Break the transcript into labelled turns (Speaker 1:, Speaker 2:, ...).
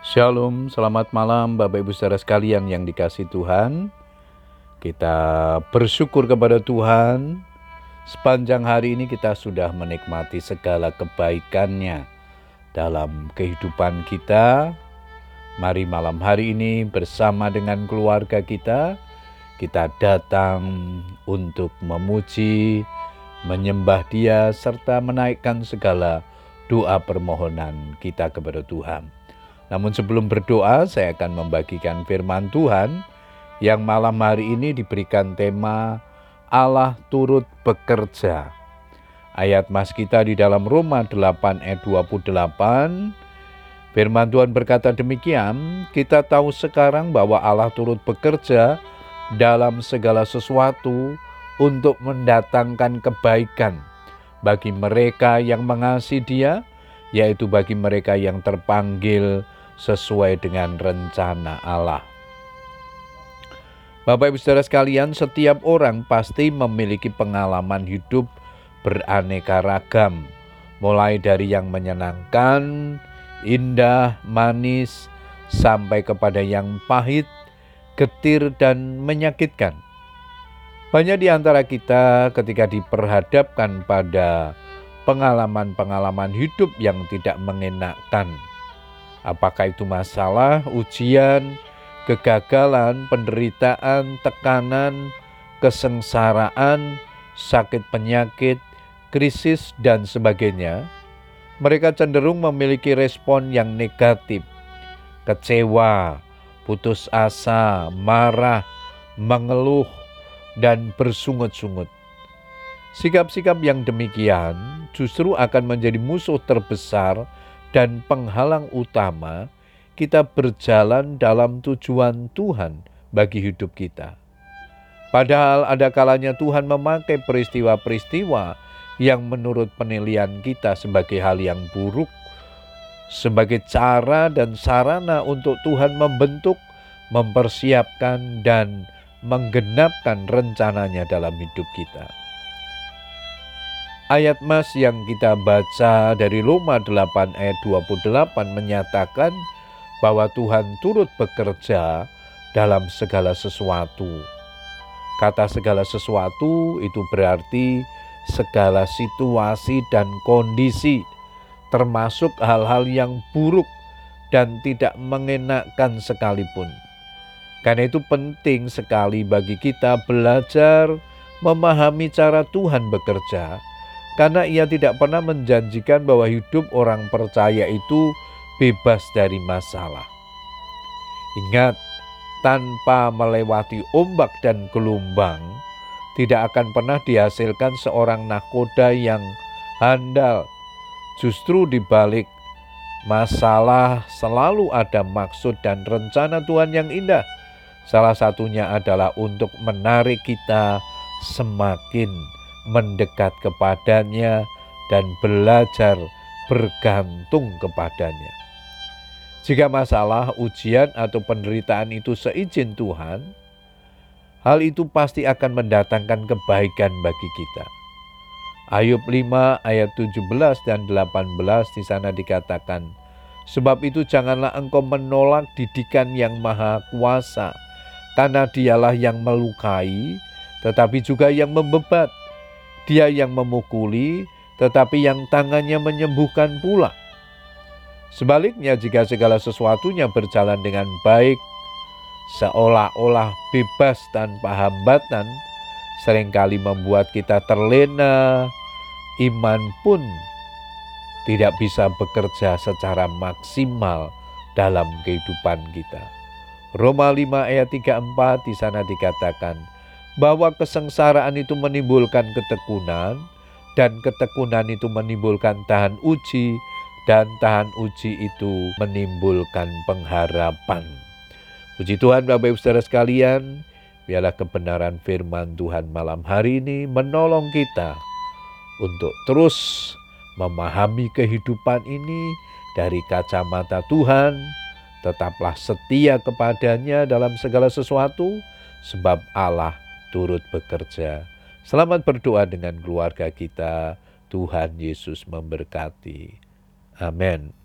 Speaker 1: Shalom, selamat malam Bapak Ibu saudara sekalian yang dikasihi Tuhan. Kita bersyukur kepada Tuhan, sepanjang hari ini kita sudah menikmati segala kebaikan-Nya dalam kehidupan kita. Mari malam hari ini bersama dengan keluarga kita datang untuk memuji, menyembah Dia, serta menaikkan segala doa permohonan kita kepada Tuhan. Namun sebelum berdoa, saya akan membagikan firman Tuhan yang malam hari ini diberikan tema Allah turut bekerja. Ayat mas kita di dalam Roma 8 ayat 28. Firman Tuhan berkata demikian, kita tahu sekarang bahwa Allah turut bekerja dalam segala sesuatu untuk mendatangkan kebaikan bagi mereka yang mengasihi Dia, yaitu bagi mereka yang terpanggil sesuai dengan rencana Allah. Bapak Ibu saudara sekalian, setiap orang pasti memiliki pengalaman hidup beraneka ragam, mulai dari yang menyenangkan, indah, manis, sampai kepada yang pahit, getir, dan menyakitkan. Banyak di antara kita ketika diperhadapkan pada pengalaman-pengalaman hidup yang tidak mengenakkan, apakah itu masalah, ujian, kegagalan, penderitaan, tekanan, kesengsaraan, sakit penyakit, krisis, dan sebagainya, mereka cenderung memiliki respon yang negatif, kecewa, putus asa, marah, mengeluh, dan bersungut-sungut. Sikap-sikap yang demikian justru akan menjadi musuh terbesar dan penghalang utama kita berjalan dalam tujuan Tuhan bagi hidup kita. Padahal ada kalanya Tuhan memakai peristiwa-peristiwa yang menurut penilaian kita sebagai hal yang buruk, sebagai cara dan sarana untuk Tuhan membentuk, mempersiapkan, dan menggenapkan rencananya dalam hidup kita. Ayat mas yang kita baca dari Roma 8 ayat 28 menyatakan bahwa Tuhan turut bekerja dalam segala sesuatu. Kata segala sesuatu itu berarti segala situasi dan kondisi, termasuk hal-hal yang buruk dan tidak mengenakkan sekalipun. Karena itu penting sekali bagi kita belajar memahami cara Tuhan bekerja, karena Ia tidak pernah menjanjikan bahwa hidup orang percaya itu bebas dari masalah. Ingat, tanpa melewati ombak dan gelombang, tidak akan pernah dihasilkan seorang nakoda yang handal. Justru di balik masalah selalu ada maksud dan rencana Tuhan yang indah. Salah satunya adalah untuk menarik kita semakin mendekat kepadanya dan belajar bergantung kepadanya. Jika masalah, ujian, atau penderitaan itu seizin Tuhan, hal itu pasti akan mendatangkan kebaikan bagi kita. Ayub 5 ayat 17 dan 18 di sana dikatakan, sebab itu janganlah engkau menolak didikan yang maha kuasa, karena Dialah yang melukai, tetapi juga yang membebat. Dia yang memukuli, tetapi yang tangannya menyembuhkan pula. Sebaliknya, jika segala sesuatunya berjalan dengan baik, seolah-olah bebas tanpa hambatan, seringkali membuat kita terlena, iman pun tidak bisa bekerja secara maksimal dalam kehidupan kita. Roma 5 ayat 34 di sana dikatakan bahwa kesengsaraan itu menimbulkan ketekunan, dan ketekunan itu menimbulkan tahan uji, dan tahan uji itu menimbulkan pengharapan. Puji Tuhan Bapak Ibu saudara sekalian, biarlah kebenaran firman Tuhan malam hari ini menolong kita untuk terus memahami kehidupan ini dari kacamata Tuhan. Tetaplah setia kepadanya dalam segala sesuatu, sebab Allah turut bekerja. Selamat berdoa dengan keluarga kita. Tuhan Yesus memberkati. Amin.